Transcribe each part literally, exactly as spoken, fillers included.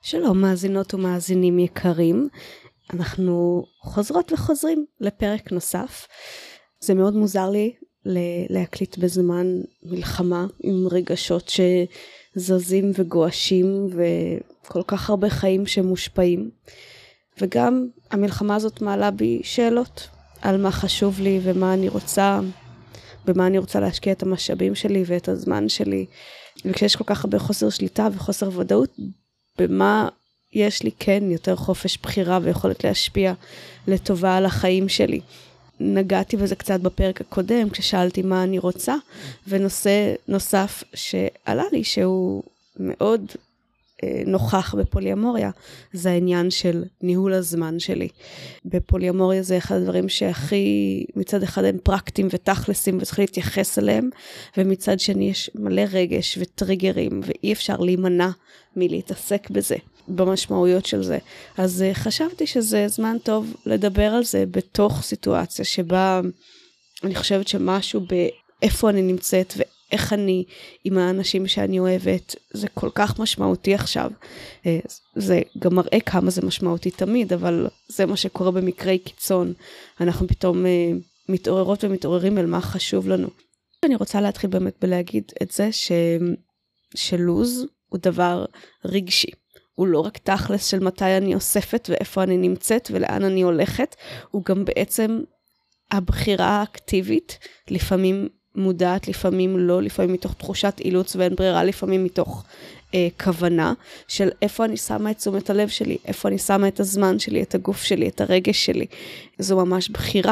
שלום מאזינות ומאזינים יקרים, אנחנו חוזרות וחוזרים לפרק נוסף. זה מאוד מוזר לי להקליט בזמן מלחמה עם רגשות שזזים וגואשים וכל כך הרבה חיים שמושפעים. וגם המלחמה הזאת מעלה בי שאלות על מה חשוב לי ומה אני רוצה, במה אני רוצה להשקיע את המשאבים שלי ואת הזמן שלי. וכשיש כל כך הרבה חוסר שליטה וחוסר ודאות, במה יש לי כן יותר חופש בחירה ויכולת להשפיע לטובה על החיים שלי. נגעתי בזה קצת בפרק הקודם כששאלתי מה אני רוצה, ונושא נוסף שעלה לי שהוא מאוד אה, נוכח בפוליאמוריה, זה העניין של ניהול הזמן שלי. בפוליאמוריה זה אחד הדברים שהכי מצד אחד הם פרקטיים ותכלסים וצריך להתייחס אליהם, ומצד שני יש מלא רגש וטריגרים ואי אפשר להימנע מלהתעסק בזה, במשמעויות של זה. אז uh, חשבתי שזה זמן טוב לדבר על זה בתוך סיטואציה שבה אני חושבת שמשהו באיפה אני נמצאת ואיך אני עם האנשים שאני אוהבת, זה כל כך משמעותי עכשיו. Uh, זה גם מראה כמה זה משמעותי תמיד, אבל זה מה שקורה במקרי קיצון. אנחנו פתאום uh, מתעוררות ומתעוררים אל מה חשוב לנו. אני רוצה להתחיל באמת בלהגיד את זה ש... שלוז הוא דבר רגשי. הוא לא רק תכלס של מתי אני אוספת ואיפה אני נמצאת ולאן אני הולכת, הוא גם בעצם הבחירה האקטיבית, לפעמים מודעת, לפעמים לא, לפעמים מתוך תחושת אילוץ ואין ברירה, לפעמים מתוך אה, כוונה של איפה אני שמה את תשומת הלב שלי, איפה אני שמה את הזמן שלי, את הגוף שלי, את הרגש שלי. זו ממש בחירה.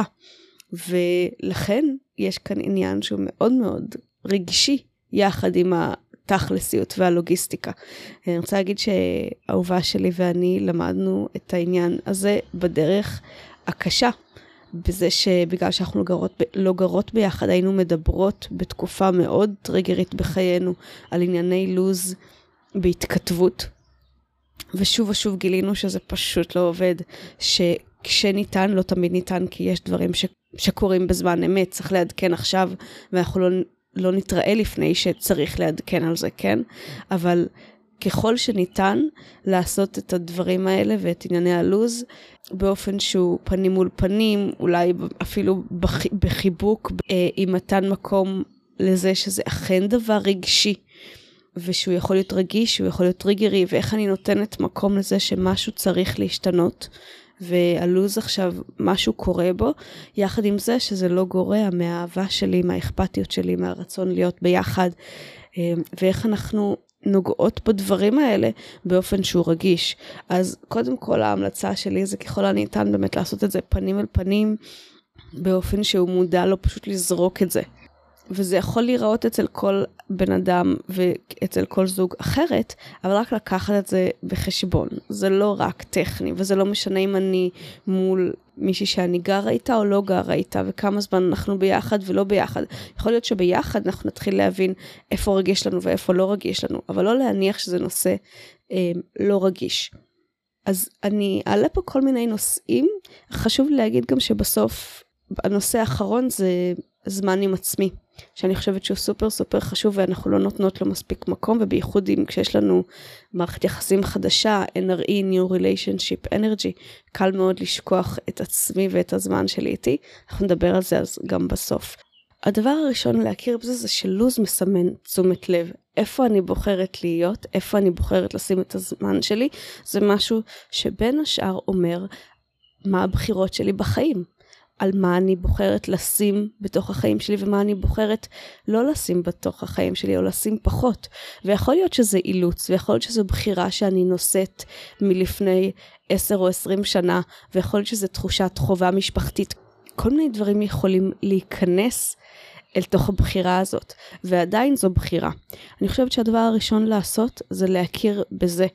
ולכן יש כאן עניין שהוא מאוד מאוד רגשי, יחד עם ה... תכלסיות והלוגיסטיקה. אני רוצה להגיד שהאהובה שלי ואני למדנו את העניין הזה בדרך הקשה, בזה שבגלל שאנחנו לא גרות, לא גרות ביחד, היינו מדברות בתקופה מאוד טריגרית בחיינו, על ענייני לוז בהתכתבות, ושוב ושוב גילינו שזה פשוט לא עובד, שכשניתן, לא תמיד ניתן, כי יש דברים ש, שקורים בזמן אמת, צריך לעדכן עכשיו, ואנחנו לא לא נתראה לפני שצריך לעדכן על זה, כן? אבל ככל שניתן לעשות את הדברים האלה ואת ענייני הלוז, באופן שהוא פנים מול פנים, אולי אפילו בחיבוק, עם מתן מקום לזה שזה אכן דבר רגשי, ושהוא יכול להיות רגיש, הוא יכול להיות טריגרי, ואיך אני נותנת מקום לזה שמשהו צריך להשתנות, והלוז עכשיו משהו קורה בו, יחד עם זה שזה לא גורע מהאהבה שלי, מהאכפתיות שלי, מהרצון להיות ביחד, ואיך אנחנו נוגעות בדברים האלה באופן שהוא רגיש. אז קודם כל ההמלצה שלי זה ככל הניתן באמת לעשות את זה פנים אל פנים, באופן שהוא מודע לו פשוט לזרוק את זה. וזה יכול להיראות אצל כל בן אדם ואצל כל זוג אחרת, אבל רק לקחת את זה בחשבון. זה לא רק טכני, וזה לא משנה אם אני מול מישהי שאני גרה איתה או לא גרה איתה, וכמה זמן אנחנו ביחד ולא ביחד. יכול להיות שביחד אנחנו נתחיל להבין איפה רגיש לנו ואיפה לא רגיש לנו, אבל לא להניח שזה נושא אה, לא רגיש. אז אני אעלה פה כל מיני נושאים. חשוב להגיד גם שבסוף הנושא האחרון זה זמן עם עצמי, שאני חושבת שהוא סופר סופר חשוב, ואנחנו לא נותנות לו מספיק מקום, ובייחוד אם כשיש לנו מערכת יחסים חדשה, אן אר אי, New Relationship Energy, קל מאוד לשכוח את עצמי ואת הזמן שלי איתי. אנחנו נדבר על זה אז גם בסוף. הדבר הראשון להכיר בזה זה שלוז מסמן תשומת לב. איפה אני בוחרת להיות, איפה אני בוחרת לשים את הזמן שלי, זה משהו שבין השאר אומר מה הבחירות שלי בחיים. על מה אני בוחרת לשים בתוך החיים שלי, ומה אני בוחרת לא לשים בתוך החיים שלי, או לשים פחות. ויכול להיות שזה אילוץ, ויכול להיות שזו בחירה שאני נושאת מלפני עשר או עשרים שנה, ויכול להיות שזו תחושת חובה משפחתית. כל מיני דברים יכולים להיכנס אל תוך הבחירה הזאת, ועדיין זו בחירה. אני חושבת שהדבר הראשון לעשות, זה להכיר בזה.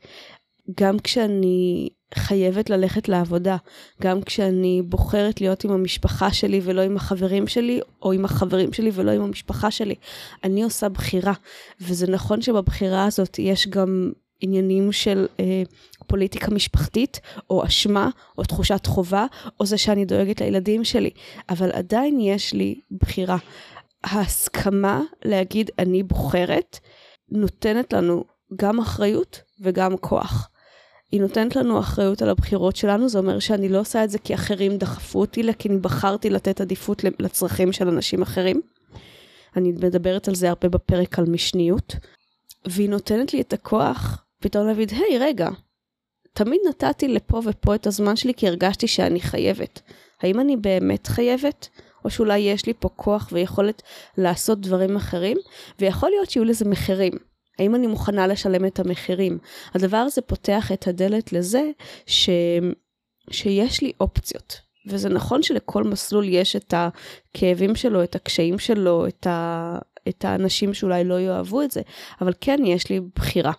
גם כשאני חייבת ללכת לעבודה, גם כשאני בוחרת להיות עם המשפחה שלי ולא עם החברים שלי, או עם החברים שלי ולא עם המשפחה שלי, אני עושה בחירה, וזה נכון שבבחירה הזאת יש גם עניינים של אה, פוליטיקה משפחתית, או אשמה, או תחושת חובה, או זה שאני דואגת לילדים שלי, אבל עדיין יש לי בחירה. ההסכמה להגיד אני בוחרת, נותנת לנו גם אחריות וגם כוח. היא נותנת לנו אחריות על הבחירות שלנו, זה אומר שאני לא עושה את זה כי אחרים דחפו אותי, אלא כי אני בחרתי לתת עדיפות לצרכים של אנשים אחרים. אני מדברת על זה הרבה בפרק על משניות, והיא נותנת לי את הכוח, פתאום להגיד, היי רגע, תמיד נתתי לפה ופה את הזמן שלי, כי הרגשתי שאני חייבת. האם אני באמת חייבת? או שאולי יש לי פה כוח ויכולת לעשות דברים אחרים, ויכול להיות שיהיו לזה מחירים. האם אני מוכנה לשלם את המחירים? הדבר הזה פותח את הדלת לזה ש... שיש לי אופציות. וזה נכון שלכל מסלול יש את הכאבים שלו, את הקשיים שלו, את, ה... את האנשים שאולי לא יאהבו את זה, אבל כן יש לי בחירה.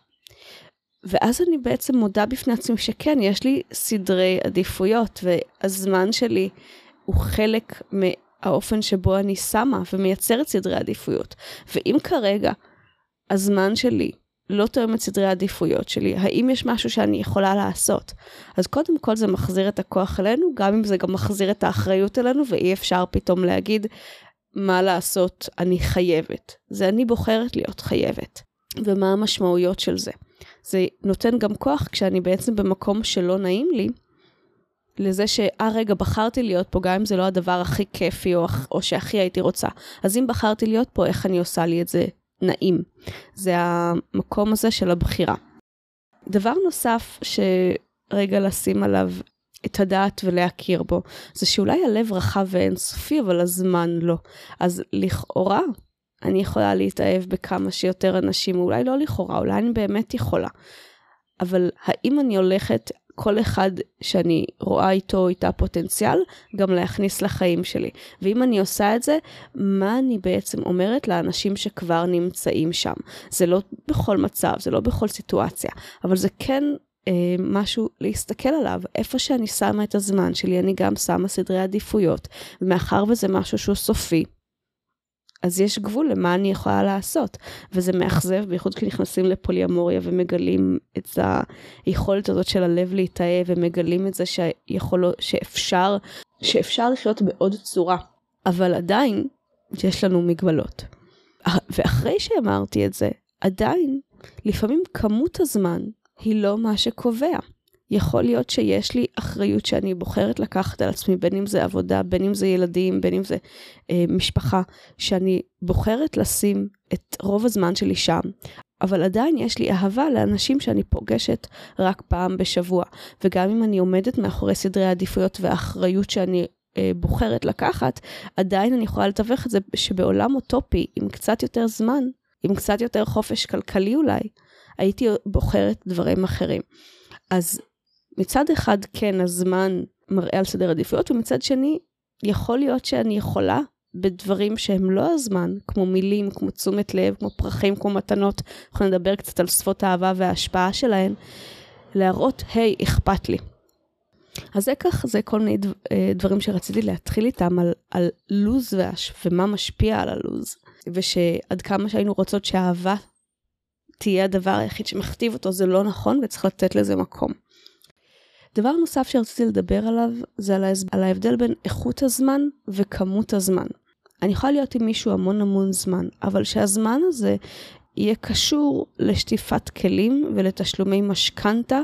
ואז אני בעצם מודה בפני עצמי שכן, יש לי סדרי עדיפויות, והזמן שלי הוא חלק מהאופן שבו אני שמה ומייצרת סדרי עדיפויות. ואם כרגע הזמן שלי לא תואם את סדרי העדיפויות שלי, האם יש משהו שאני יכולה לעשות? אז קודם כל זה מחזיר את הכוח אלינו, גם אם זה גם מחזיר את האחריות אלינו, ואי אפשר פתאום להגיד מה לעשות, אני חייבת. זה אני בוחרת להיות חייבת. ומה המשמעויות של זה? זה נותן גם כוח כשאני בעצם במקום שלא נעים לי, לזה שאה רגע בחרתי להיות פה, גם אם זה לא הדבר הכי כיפי או, או שהכי הייתי רוצה. אז אם בחרתי להיות פה, איך אני עושה לי את זה נעים? זה המקום הזה של הבחירה. דבר נוסף שרגע לשים עליו את הדעת ולהכיר בו, זה שאולי הלב רחב ואינסופי, אבל הזמן לא. אז לכאורה, אני יכולה להתאהב בכמה שיותר אנשים, אולי לא לכאורה, אולי אני באמת יכולה. אבל האם אני הולכת כל אחד שאני רואה איתו, איתה פוטנציאל, גם להכניס לחיים שלי. ואם אני עושה את זה, מה אני בעצם אומרת לאנשים שכבר נמצאים שם? זה לא בכל מצב, זה לא בכל סיטואציה, אבל זה כן אה, משהו להסתכל עליו. איפה שאני שמה את הזמן שלי, אני גם שמה סדרי עדיפויות, ומאחר וזה משהו שהוא סופי, אז יש גבול למה אני יכולה לעשות, וזה מאכזב, בייחוד כשנכנסים לפוליאמוריה ומגלים את היכולת הזאת של הלב להתאהב, ומגלים את זה שיכול, שאפשר, שאפשר לחיות בעוד צורה, אבל עדיין יש לנו מגבלות. ואחרי שאמרתי את זה, עדיין, לפעמים כמות הזמן היא לא מה שקובע. יכול להיות שיש לי אחריות שאני בוחרת לקחת על עצמי, בין אם זה עבודה, בין אם זה ילדים, בין אם זה אה, משפחה, שאני בוחרת לשים את רוב הזמן שלי שם, אבל עדיין יש לי אהבה לאנשים שאני פוגשת רק פעם בשבוע, וגם אם אני עומדת מאחורי סדרי העדיפויות והאחריות שאני אה, בוחרת לקחת, עדיין אני יכולה לתווך את זה שבעולם אוטופי, עם קצת יותר זמן, עם קצת יותר חופש כלכלי אולי, הייתי בוחרת דברים אחרים. אז מצד אחד כן, הזמן מראה על סדר עדיפויות, ומצד שני, יכול להיות שאני יכולה בדברים שהם לא הזמן, כמו מילים, כמו תשומת לב, כמו פרחים, כמו מתנות, אנחנו נדבר קצת על שפות האהבה וההשפעה שלהן, להראות, היי, אכפת לי. אז זה כך, זה כל מיני דברים שרציתי להתחיל איתם על, על לוז ומה משפיע על הלוז, ושעד כמה שהיינו רוצות שהאהבה תהיה הדבר היחיד שמכתיב אותו, זה לא נכון, וצריך לתת לזה מקום. דבר נוסף שרציתי לדבר עליו, זה על ההבדל בין איכות הזמן וכמות הזמן. אני יכולה להיות עם מישהו המון המון זמן, אבל שהזמן הזה יהיה קשור לשטיפת כלים ולתשלומי משכנתה,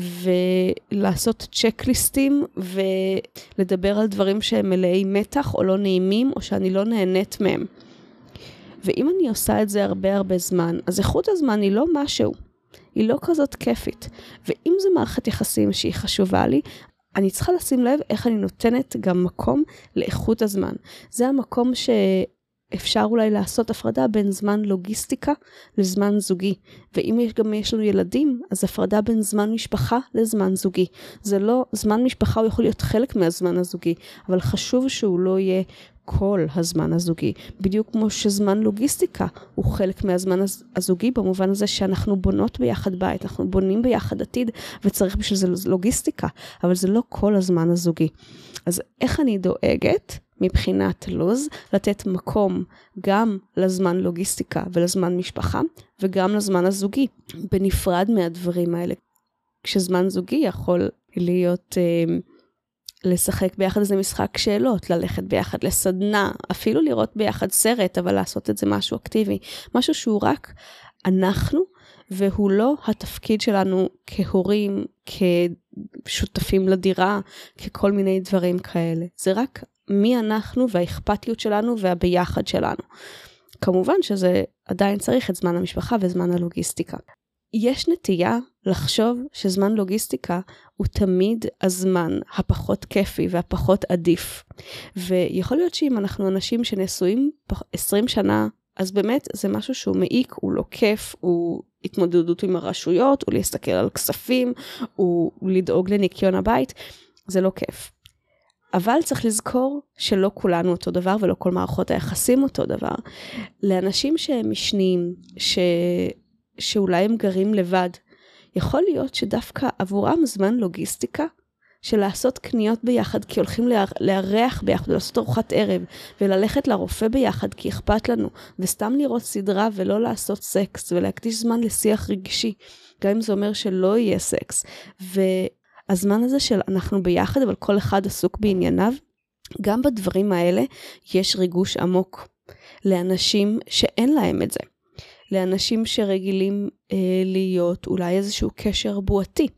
ולעשות צ'קליסטים, ולדבר על דברים שהם מלאי מתח או לא נעימים, או שאני לא נהנית מהם. ואם אני עושה את זה הרבה הרבה זמן, אז איכות הזמן היא לא משהו. היא לא כזאת כיפית. ואם זו מערכת יחסים שהיא חשובה לי, אני צריכה לשים לב איך אני נותנת גם מקום לאיכות הזמן. זה המקום שאפשר אולי לעשות הפרדה בין זמן לוגיסטיקה לזמן זוגי. ואם יש גם יש לנו ילדים, אז הפרדה בין זמן משפחה לזמן זוגי. זה לא, זמן משפחה הוא יכול להיות חלק מהזמן הזוגי, אבל חשוב שהוא לא יהיה כל הזמן הזוגי, בדיוק כמו שזמן לוגיסטיקה הוא חלק מהזמן הזוגי, במובן הזה שאנחנו בונות ביחד בית, אנחנו בונים ביחד עתיד, וצריך בשביל זה לוגיסטיקה, אבל זה לא כל הזמן הזוגי. אז איך אני דואגת מבחינת לוז, לתת מקום גם לזמן לוגיסטיקה ולזמן משפחה, וגם לזמן הזוגי, בנפרד מהדברים האלה. כשזמן זוגי יכול להיות אה, לשחק ביחד איזה משחק שאלות, ללכת ביחד לסדנה, אפילו לראות ביחד סרט, אבל לעשות את זה משהו אקטיבי, משהו שהוא רק אנחנו, והוא לא התפקיד שלנו כהורים, כשותפים לדירה, ככל מיני דברים כאלה. זה רק מי אנחנו והאכפתיות שלנו והביחד שלנו. כמובן שזה עדיין צריך את זמן המשפחה וזמן הלוגיסטיקה. יש נטייה לחשוב שזמן לוגיסטיקה הוא תמיד הזמן הפחות כיפי והפחות עדיף. ויכול להיות שאם אנחנו אנשים שנשואים עשרים שנה, אז באמת זה משהו שהוא מעיק, הוא לא כיף, הוא התמודדות עם הרשויות, הוא להסתכל על כספים, הוא לדאוג לניקיון הבית, זה לא כיף. אבל צריך לזכור שלא כולנו אותו דבר, ולא כל מערכות היחסים אותו דבר. לאנשים שהם משניים, ש... שאולי הם גרים לבד, יכול להיות שדווקא עבורם זמן לוגיסטיקה, של לעשות קניות ביחד, כי הולכים לארח ביחד, לעשות ארוחת ערב, וללכת לרופא ביחד, כי אכפת לנו, וסתם לראות סדרה ולא לעשות סקס, ולהקדיש זמן לשיח רגשי, גם אם זה אומר שלא יהיה סקס. והזמן הזה של אנחנו ביחד, אבל כל אחד עסוק בענייניו, גם בדברים האלה יש ריגוש עמוק, לאנשים שאין להם את זה. לאנשים שרגילים אה, להיות אולי איזשהו קשר בועתי.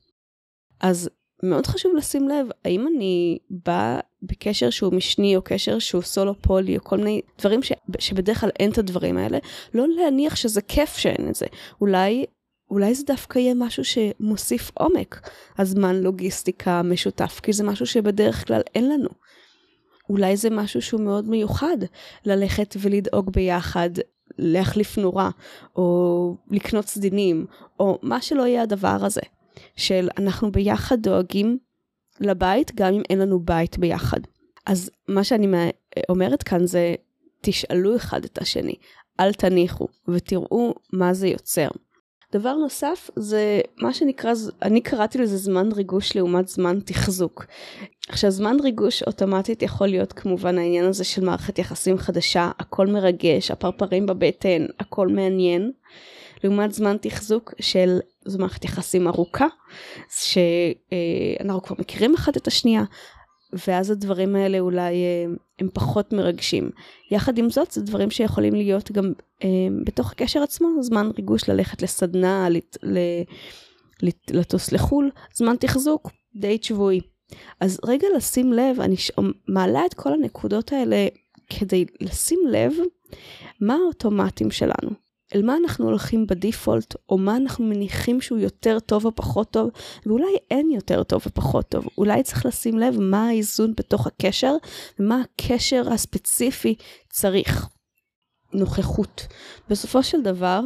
אז מאוד חשוב לשים לב, האם אני באה בקשר שהוא משני, או קשר שהוא סולו-פולי, או כל מיני דברים ש, שבדרך כלל אין את הדברים האלה, לא להניח שזה כיף שאין את זה. אולי, אולי זה דווקא יהיה משהו שמוסיף עומק, הזמן לוגיסטיקה משותף, כי זה משהו שבדרך כלל אין לנו. אולי זה משהו שהוא מאוד מיוחד, ללכת ולדאוג ביחד, להחליף נורה, או לקנות סדינים, או מה שלא יהיה הדבר הזה, של אנחנו ביחד דואגים לבית, גם אם אין לנו בית ביחד. אז מה שאני אומרת כאן זה, תשאלו אחד את השני, אל תניחו, ותראו מה זה יוצר. דבר נוסף זה מה שנקרא, אני קראתי לזה זמן ריגוש לעומת זמן תחזוק. עכשיו זמן ריגוש אוטומטית יכול להיות כמובן העניין הזה של מערכת יחסים חדשה, הכל מרגש, הפרפרים בבטן, הכל מעניין. לעומת זמן תחזוק של זו מערכת יחסים ארוכה, שאנחנו כבר מכירים אחד את השנייה, ואז הדברים האלה אולי הם פחות מרגשים. יחד עם זאת, זה דברים שיכולים להיות גם אה, בתוך הקשר עצמו, זמן ריגוש ללכת לסדנה, לת, לת, לטוס לחול, זמן תחזוק, דייט שבועי. אז רגע לשים לב, אני ש... מעלה את כל הנקודות האלה כדי לשים לב מה האוטומטים שלנו. אל מה אנחנו הולכים בדיפולט, או מה אנחנו מניחים שהוא יותר טוב או פחות טוב, ואולי אין יותר טוב ופחות טוב. אולי צריך לשים לב מה האיזון בתוך הקשר, ומה הקשר הספציפי צריך. נוכחות. בסופו של דבר,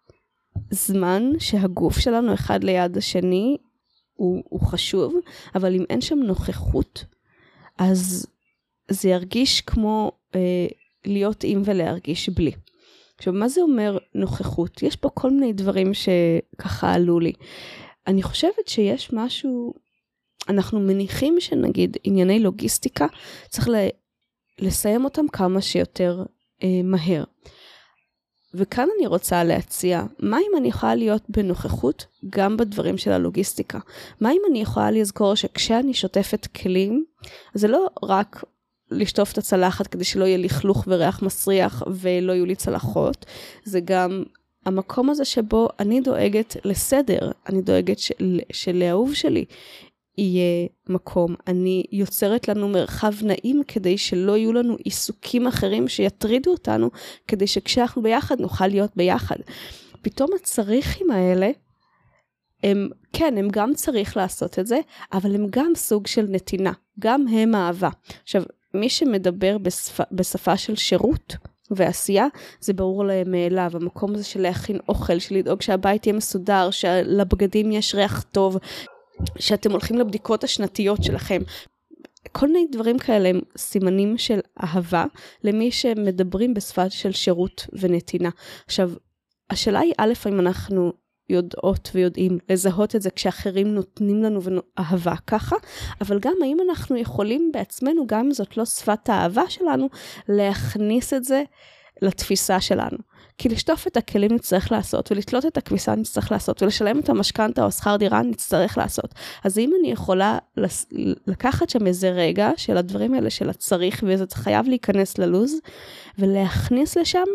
זמן שהגוף שלנו אחד ליד השני, הוא, הוא חשוב, אבל אם אין שם נוכחות, אז זה ירגיש כמו אה, להיות עם ולהרגיש בלי. עכשיו, מה זה אומר נוכחות? יש פה כל מיני דברים שככה עלו לי. אני חושבת שיש משהו, אנחנו מניחים שנגיד ענייני לוגיסטיקה, צריך לסיים אותם כמה שיותר אה, מהר. וכאן אני רוצה להציע, מה אם אני יכולה להיות בנוכחות גם בדברים של הלוגיסטיקה? מה אם אני יכולה לזכור שכשאני שוטפת כלים, זה לא רק לשטוף את הצלחת כדי שלא יהיה לכלוך וריח מסריח ולא יהיו לי צלחות, זה גם המקום הזה שבו אני דואגת לסדר, אני דואגת של, שלאהוב שלי יהיה מקום, אני יוצרת לנו מרחב נעים כדי שלא יהיו לנו עיסוקים אחרים שיטרידו אותנו, כדי שכשאנחנו ביחד נוכל להיות ביחד. פתאום הצריכים האלה, הם, כן, הם גם צריך לעשות את זה, אבל הם גם סוג של נתינה, גם הם אהבה. עכשיו, מי שמדבר בשפה, בשפה של שירות ועשייה, זה ברור להם מאליו, המקום הזה של להכין אוכל, של לדאוג שהבית יהיה מסודר, שלבגדים יש ריח טוב, שאתם הולכים לבדיקות השנתיות שלכם. כל מיני דברים כאלה הם סימנים של אהבה, למי שמדברים בשפה של שירות ונתינה. עכשיו, השאלה היא א', אם אנחנו יודעות ויודעים לזהות את זה כשאחרים נותנים לנו אהבה ככה, אבל גם האם אנחנו יכולים בעצמנו, גם אם זאת לא שפת האהבה שלנו, להכניס את זה לתפיסה שלנו. כי לשטוף את הכלים נצטרך לעשות, ולתלות את הכביסה נצטרך לעשות, ולשלם את המשכנתה או שכר דירה נצטרך לעשות. אז אם אני יכולה לקחת שם איזה רגע של הדברים האלה של הצריך, וזה חייב להיכנס ללוז, ולהכניס לשם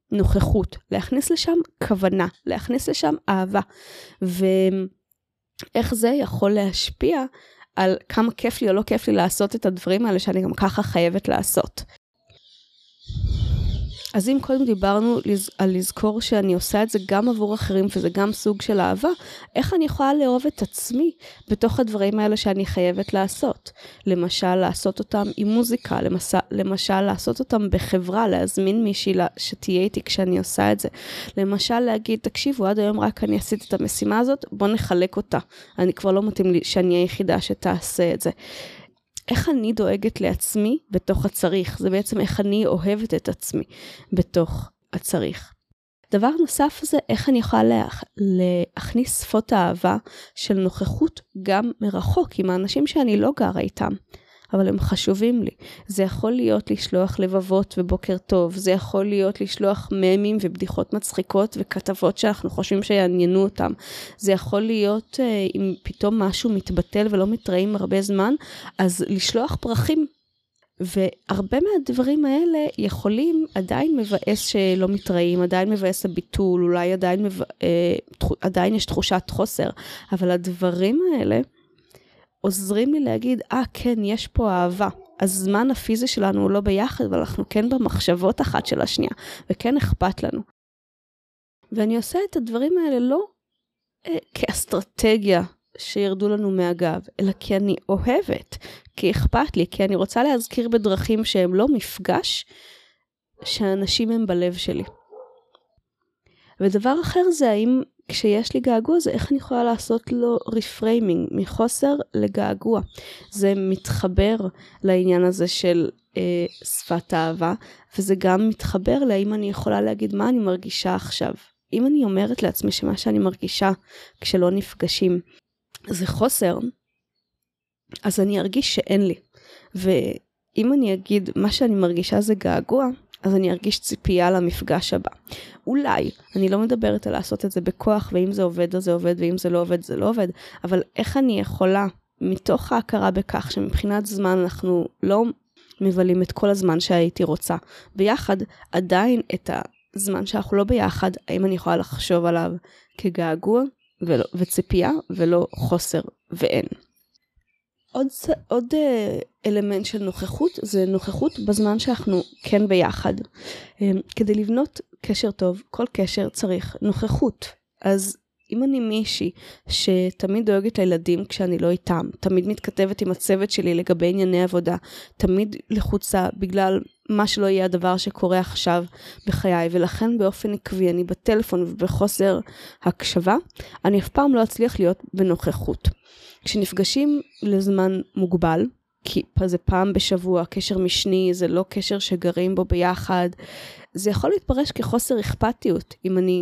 נוכחות, להכניס לשם כוונה, להכניס לשם אהבה, ואיך זה יכול להשפיע על כמה כיף לי או לא כיף לי לעשות את הדברים האלה שאני גם ככה חייבת לעשות. אז אם קודם דיברנו על לזכור שאני עושה את זה גם עבור אחרים וזה גם סוג של אהבה, איך אני יכולה לאהוב את עצמי בתוך הדברים האלה שאני חייבת לעשות? למשל, לעשות אותם עם מוזיקה, למשל, למשל לעשות אותם בחברה, להזמין מישהי שתהיה איתי כשאני עושה את זה. למשל, להגיד, תקשיבו, עד היום רק אני עשיתי את המשימה הזאת, בוא נחלק אותה. אני כבר לא מתאים לי שאני היחידה שתעשה את זה. איך אני דואגת לעצמי בתוך הצריך, זה בעצם איך אני אוהבת את עצמי בתוך הצריך. דבר נוסף זה איך אני יכולה להכ... להכניס שפות האהבה של נוכחות גם מרחוק עם האנשים שאני לא גרה איתם, אבל הם חשובים לי. זה יכול להיות לשלוח לבבות ובוקר טוב, זה יכול להיות לשלוח ממים ובדיחות מצחיקות וכתבות שאנחנו חושבים שיעניינו אותם. זה יכול להיות אה, אם פתאום משהו מתבטל ולא מתראים הרבה זמן, אז לשלוח פרחים. והרבה מהדברים האלה יכולים, עדיין מבאס שלא מתראים, עדיין מבאס הביטול, אולי עדיין, מבא, אה, עדיין יש תחושת חוסר, אבל הדברים האלה, עוזרים לי להגיד, אה, כן, יש פה אהבה. הזמן הפיזי שלנו הוא לא ביחד, אבל אנחנו כן במחשבות אחת של השנייה, וכן אכפת לנו. ואני עושה את הדברים האלה לא אה, כאסטרטגיה שירדו לנו מהגב, אלא כי אני אוהבת, כי אכפת לי, כי אני רוצה להזכיר בדרכים שהם לא מפגש, שהאנשים הם בלב שלי. ודבר אחר זה האם כשיש לי געגוע, זה איך אני יכולה לעשות לו רפריימינג, מחוסר לגעגוע. זה מתחבר לעניין הזה של אה, שפת האהבה, וזה גם מתחבר להאם אני יכולה להגיד מה אני מרגישה עכשיו. אם אני אומרת לעצמי שמה שאני מרגישה כשלא נפגשים, זה חוסר, אז אני ארגיש שאין לי. ואם אני אגיד מה שאני מרגישה זה געגוע, אז אני ארגיש ציפייה למפגש הבא. אולי, אני לא מדברת על לעשות את זה בכוח, ואם זה עובד אז זה עובד, ואם זה לא עובד זה לא עובד, אבל איך אני יכולה, מתוך ההכרה בכך, שמבחינת זמן אנחנו לא מבלים את כל הזמן שהייתי רוצה, ביחד עדיין את הזמן שאנחנו לא ביחד, האם אני יכולה לחשוב עליו כגעגוע ולא, וציפייה, ולא חוסר ואין. עוד, עוד אלמנט של נוכחות, זה נוכחות בזמן שאנחנו כן ביחד. כדי לבנות קשר טוב, כל קשר צריך נוכחות. אז אם אני מישהי שתמיד דואגת לילדים כשאני לא איתם, תמיד מתכתבת עם הצוות שלי לגבי ענייני עבודה, תמיד לחוצה בגלל מה שלא יהיה הדבר שקורה עכשיו בחיי, ולכן באופן עקבי אני בטלפון ובחוסר הקשבה, אני אף פעם לא אצליח להיות בנוכחות. כשנפגשים לזמן מוגבל, כי זה פעם בשבוע, קשר משני, זה לא קשר שגרים בו ביחד, זה יכול להתפרש כחוסר אכפתיות, אם אני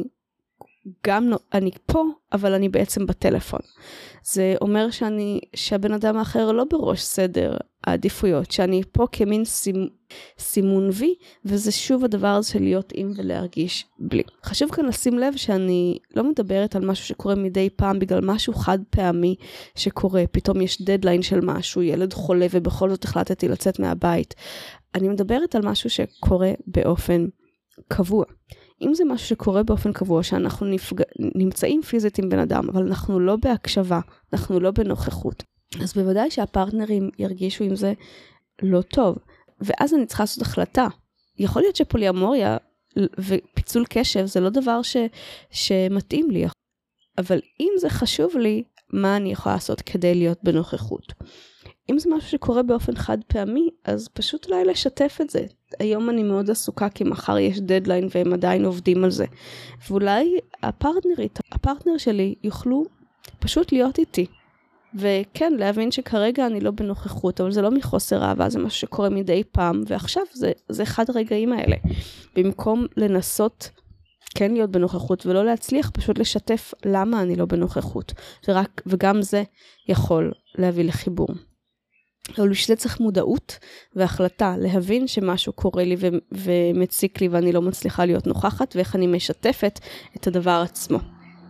גם, אני פה, אבל אני בעצם בטלפון. זה אומר שאני, שהבן אדם האחר לא בראש סדר העדיפויות, שאני פה כמין סימ, סימון וי, וזה שוב הדבר הזה של להיות עם ולהרגיש בלי. חשוב כאן לשים לב שאני לא מדברת על משהו שקורה מדי פעם, בגלל משהו חד פעמי שקורה, פתאום יש דדליין של משהו, ילד חולה ובכל זאת החלטתי לצאת מהבית. אני מדברת על משהו שקורה באופן קבוע. אם זה משהו שקורה באופן קבוע, שאנחנו נפג... נמצאים פיזית עם בן אדם, אבל אנחנו לא בהקשבה, אנחנו לא בנוכחות, אז בוודאי שהפרטנרים ירגישו עם זה לא טוב. ואז אני צריכה לעשות החלטה. יכול להיות שפוליאמוריה ופיצול קשב זה לא דבר ש... שמתאים לי. אבל אם זה חשוב לי, מה אני יכולה לעשות כדי להיות בנוכחות? אם זה משהו שקורה באופן חד פעמי, אז פשוט אולי לשתף את זה. היום אני מאוד עסוקה כי מחר יש דדליין והם עדיין עובדים על זה. ואולי הפרטנרית, הפרטנר שלי יוכלו פשוט להיות איתי. וכן, להבין שכרגע אני לא בנוכחות, אבל זה לא מחוסר אהבה, זה משהו שקורה מדי פעם, ועכשיו זה, זה אחד הרגעים האלה. במקום לנסות כן להיות בנוכחות ולא להצליח, פשוט לשתף למה אני לא בנוכחות. ורק, וגם זה יכול להביא לחיבור. אבל בשביל זה צריך מודעות והחלטה, להבין שמשהו קורה לי ו- ומציק לי ואני לא מצליחה להיות נוכחת, ואיך אני משתפת את הדבר עצמו.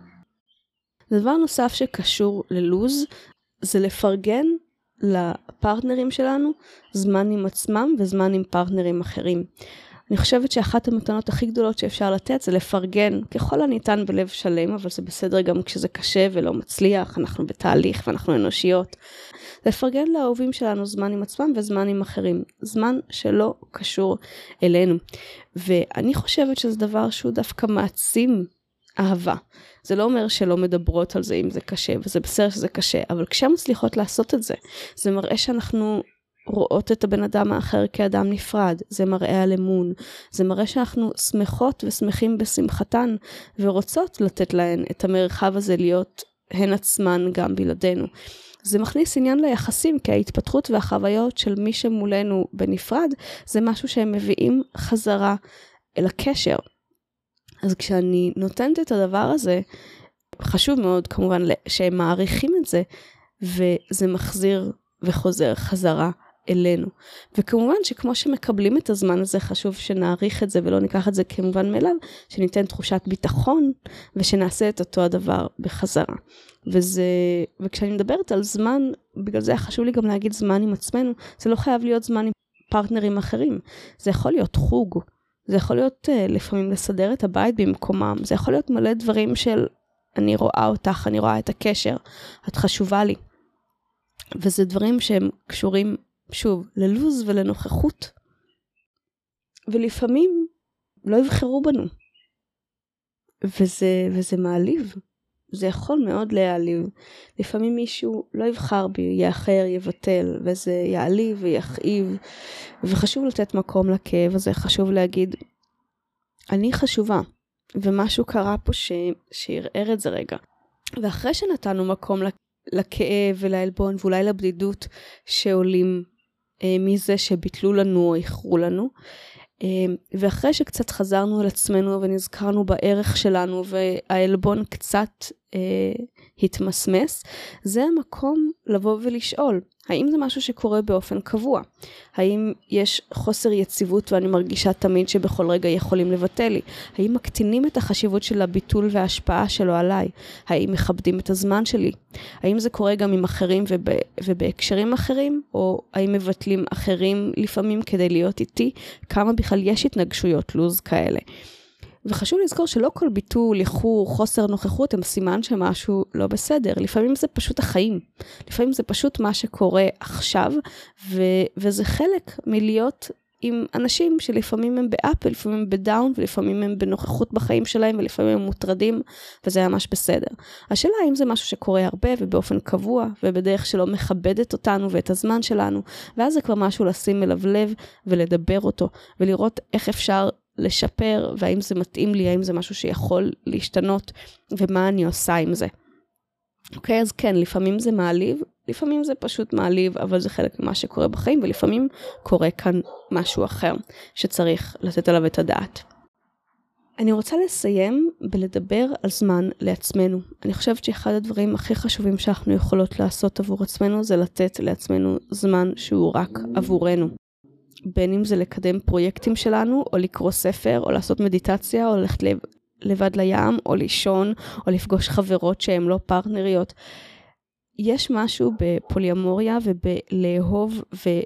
דבר נוסף שקשור ללוז, זה לפרגן לפרטנרים שלנו זמן עם עצמם וזמן עם פרטנרים אחרים. אני חושבת שאחת המתנות הכי גדולות שאפשר לתת זה לפרגן ככל הניתן בלב שלם, אבל זה בסדר גם כשזה קשה ולא מצליח, אנחנו בתהליך ואנחנו אנושיות. לפרגן לאהובים שלנו זמן עם עצמם וזמן עם אחרים, זמן שלא קשור אלינו. ואני חושבת שזה דבר שהוא דווקא מעצים אהבה. זה לא אומר שלא מדברות על זה אם זה קשה, וזה בסדר שזה קשה, אבל כשהן מצליחות לעשות את זה, זה מראה שאנחנו רואות את הבן אדם האחר כאדם נפרד, זה מראה על אמון, זה מראה שאנחנו שמחות ושמחים בשמחתן, ורוצות לתת להן את המרחב הזה להיות הן עצמן גם בלעדינו. זה מכניס עניין ליחסים, כי ההתפתחות והחוויות של מי שמולנו בנפרד, זה משהו שהם מביאים חזרה אל הקשר. אז כשאני נותנת את הדבר הזה, חשוב מאוד כמובן שהם מעריכים את זה, וזה מחזיר וחוזר חזרה אלינו. וכמובן שכמו שמקבלים את הזמן הזה, חשוב שנעריך את זה ולא ניקח את זה כמובן מאליו, שניתן תחושת ביטחון ושנעשה את אותו הדבר בחזרה. וזה, וכשאני מדברת על זמן, בגלל זה חשוב לי גם להגיד זמן עם עצמנו, זה לא חייב להיות זמן עם פרטנרים אחרים. זה יכול להיות חוג, זה יכול להיות uh, לפעמים לסדר את הבית במקומם, זה יכול להיות מלא דברים של אני רואה אותך, אני רואה את הקשר, את חשובה לי. וזה דברים שהם קשורים שוב, ללוז ולנוכחות. ולפעמים לא יבחרו בנו. וזה, וזה מעליב. זה יכול מאוד להעליב. לפעמים מישהו לא יבחר בי, יאחר, יבטל, וזה יעליב ויכאיב. וחשוב לתת מקום לכאב הזה, חשוב להגיד, אני חשובה, ומשהו קרה פה ש... שירער את זה רגע. ואחרי שנתנו מקום לכאב ולעלבון, ואולי לבדידות שעולים מזה שביטלו לנו או איחרו לנו, ואחרי שקצת חזרנו על עצמנו ונזכרנו בערך שלנו והעלבון קצת התמסמס, זה המקום לבוא ולשאול, האם זה משהו שקורה באופן קבוע? האם יש חוסר יציבות ואני מרגישה תמיד שבכל רגע יכולים לבטל לי? האם מקטינים את החשיבות של הביטול וההשפעה שלו עליי? האם מכבדים את הזמן שלי? האם זה קורה גם עם אחרים וב, ובהקשרים אחרים? או האם מבטלים אחרים לפעמים כדי להיות איתי? כמה בכלל יש התנגשויות לוז כאלה? וחשוב לזכור שלא כל ביטול, איחור, חוסר נוכחות הם סימן שמשהו לא בסדר. לפעמים זה פשוט החיים. לפעמים זה פשוט מה שקורה עכשיו, ו- וזה חלק מלהיות עם אנשים שלפעמים הם באפל, לפעמים הם בדאון, ולפעמים הם בנוכחות בחיים שלהם, ולפעמים הם מוטרדים, וזה ממש בסדר. השאלה האם זה משהו שקורה הרבה ובאופן קבוע, ובדרך שלא מכבדת אותנו ואת הזמן שלנו, ואז זה כבר משהו לשים אליו לב ולדבר אותו, ולראות איך אפשר לשפר, והאם זה מתאים לי, האם זה משהו שיכול להשתנות, ומה אני עושה עם זה. אוקיי, אז כן, לפעמים זה מעליב, לפעמים זה פשוט מעליב, אבל זה חלק ממה שקורה בחיים, ולפעמים קורה כאן משהו אחר, שצריך לתת עליו את הדעת. אני רוצה לסיים בלדבר על זמן לעצמנו. אני חושבת שאחד הדברים הכי חשובים שאנחנו יכולות לעשות עבור עצמנו, זה לתת לעצמנו זמן שהוא רק עבורנו. בין אם זה לקדם פרויקטים שלנו, או לקרוא ספר, או לעשות מדיטציה, או ללכת לבד לים, או לישון, או לפגוש חברות שהן לא פרטנריות. יש משהו בפוליאמוריה ובלאהוב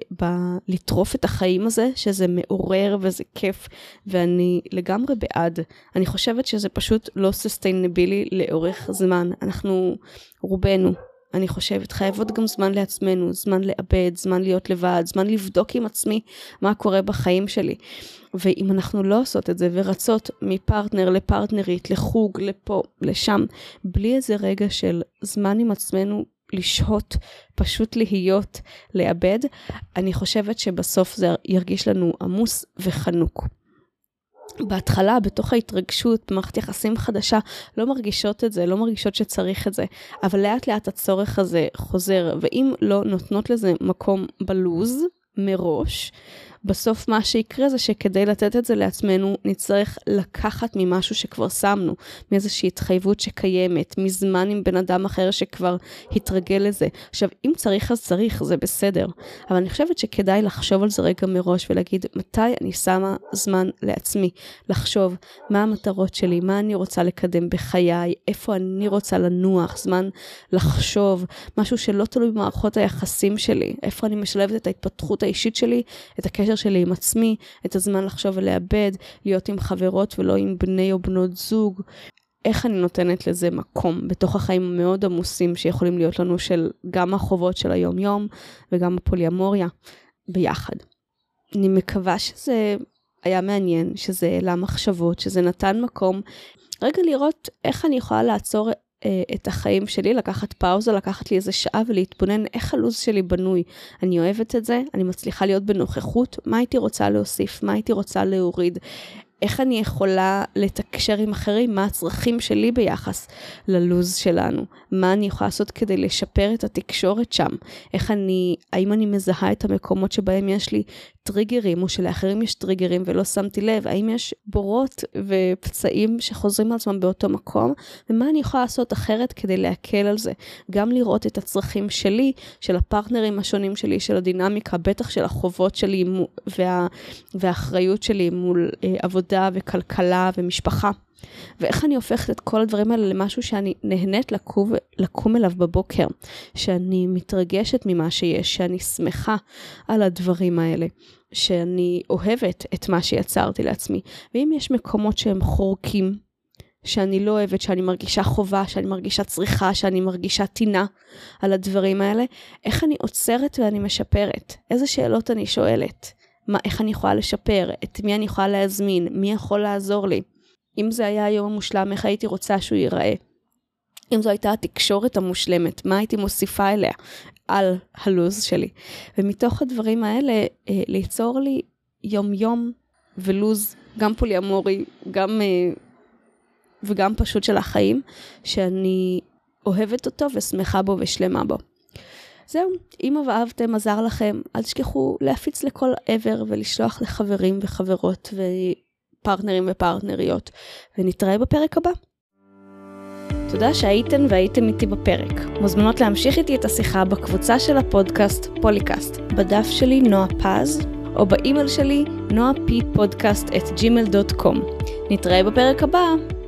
ובלטרוף את החיים הזה, שזה מעורר וזה כיף, ואני לגמרי בעד. אני חושבת שזה פשוט לא סוסטיינבילי לאורך זמן. אנחנו רובנו, אני חושבת, חייבות גם זמן לעצמנו, זמן לאבד, זמן להיות לבד, זמן לבדוק עם עצמי מה קורה בחיים שלי. ואם אנחנו לא עושות את זה ורצות מפרטנר לפרטנרית, לחוג, לפה, לשם, בלי איזה רגע של זמן עם עצמנו, לשהות, פשוט להיות, לאבד, אני חושבת שבסוף זה ירגיש לנו עמוס וחנוק. בהתחלה, בתוך ההתרגשות, מערכת יחסים חדשה, לא מרגישות את זה, לא מרגישות שצריך את זה, אבל לאט לאט הצורך הזה חוזר, ואם לא נותנות לזה מקום בלוז, מראש, בסוף מה שיקרה זה שכדי לתת את זה לעצמנו, נצטרך לקחת ממשהו שכבר שמנו, מאיזושהי התחייבות שקיימת, מזמן עם בן אדם אחר שכבר התרגל לזה. עכשיו, אם צריך אז צריך, זה בסדר. אבל אני חושבת שכדאי לחשוב על זה רגע מראש, ולהגיד מתי אני שמה זמן לעצמי, לחשוב מה המטרות שלי, מה אני רוצה לקדם בחיי, איפה אני רוצה לנוח, זמן לחשוב, משהו שלא תלוי במערכות היחסים שלי, איפה אני משלבת את ההתפתחות האישית שלי, את הקשר הקשר שלי עם עצמי, את הזמן לחשוב ולאבד, להיות עם חברות ולא עם בני או בנות זוג. איך אני נותנת לזה מקום בתוך החיים המאוד עמוסים שיכולים להיות לנו של גם החובות של היום יום וגם הפוליאמוריה ביחד. אני מקווה שזה היה מעניין, שזה העלה מחשבות, שזה נתן מקום. רגע לראות איך אני יכולה לעצור אה, את החיים שלי, לקחת פאוזה, לקחת לי איזה שעה ולהתבונן איך הלוז שלי בנוי. אני אוהבת את זה, אני מצליחה להיות בנוכחות, מה הייתי רוצה להוסיף, מה הייתי רוצה להוריד, איך אני יכולה לתקשר עם אחרים, מה הצרכים שלי ביחס ללוז שלנו, מה אני יכולה לעשות כדי לשפר את התקשורת שם, איך אני, האם אני מזהה את המקומות שבהם יש לי טריגרים, או שלאחרים יש טריגרים ולא שמתי לב, האם יש בורות ופצעים שחוזרים על עצמם באותו מקום, ומה אני יכולה לעשות אחרת כדי להקל על זה, גם לראות את הצרכים שלי, של הפרטנרים השונים שלי, של הדינמיקה, בטח של החובות שלי וה, והאחריות שלי מול אה, עבודה וכלכלה ומשפחה, ואיך אני הופכת את כל הדברים האלה למשהו שאני נהנית לקום, לקום אליו בבוקר, שאני מתרגשת ממה שיש, שאני שמחה על הדברים האלה, שאני אוהבת את מה שיצרתי לעצמי. ואם יש מקומות שהם חורקים, שאני לא אוהבת, שאני מרגישה חובה, שאני מרגישה צריכה, שאני מרגישה תינה על הדברים האלה, איך אני עוצרת ואני משפרת? איזה שאלות אני שואלת? מה, איך אני יכולה לשפר? את מי אני יכולה להזמין? מי יכול לעזור לי? אם זה היה היום המושלם, איך הייתי רוצה שהוא ייראה? אם זו הייתה התקשורת המושלמת, מה הייתי מוסיפה אליה על הלוז שלי? ומתוך הדברים האלה, אה, ליצור לי יום יום ולוז, גם פוליאמורי, גם, אה, וגם פשוט של החיים, שאני אוהבת אותו ושמחה בו ושלמה בו. זהו, אם אהבתם, עזר לכם, אל תשכחו להפיץ לכל עבר ולשלוח לחברים וחברות ופרטנרים ופרטנריות, ונתראה בפרק הבא. תודה שהייתן והייתם איתי בפרק. מוזמנות להמשיך איתי את השיחה בקבוצה של הפודקאסט פוליקאסט, בדף שלי נועה פז, או באימייל שלי נועה פי פודקאסט את ג'ימייל דוט קום. נתראה בפרק הבא.